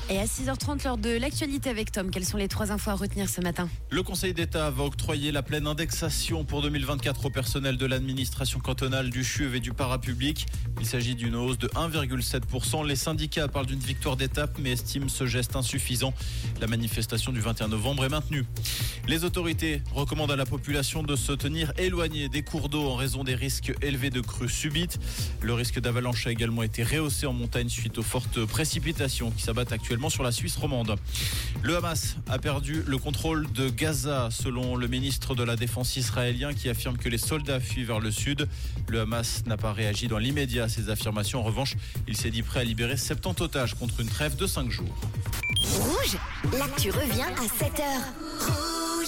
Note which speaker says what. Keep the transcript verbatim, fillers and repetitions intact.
Speaker 1: Et à six heures trente, l'heure de l'actualité avec Tom, quelles sont les trois infos à retenir ce matin ?
Speaker 2: Le Conseil d'État va octroyer la pleine indexation pour deux mille vingt-quatre au personnel de l'administration cantonale, du C H U V et du parapublic. Il s'agit d'une hausse de un virgule sept pour cent. Les syndicats parlent d'une victoire d'étape mais estiment ce geste insuffisant. La manifestation du vingt et un novembre est maintenue. Les autorités recommandent à la population de se tenir éloignée des cours d'eau en raison des risques élevés de crues subites. Le risque d'avalanche a également été rehaussé en montagne suite aux fortes précipitations qui s'abattent actuellement sur la Suisse romande. Le Hamas a perdu le contrôle de Gaza, selon le ministre de la Défense israélien qui affirme que les soldats fuient vers le sud. Le Hamas n'a pas réagi dans l'immédiat à ces affirmations. En revanche, il s'est dit prêt à libérer soixante-dix otages contre une trêve de cinq jours.
Speaker 3: Rouge, l'actu revient à sept heures.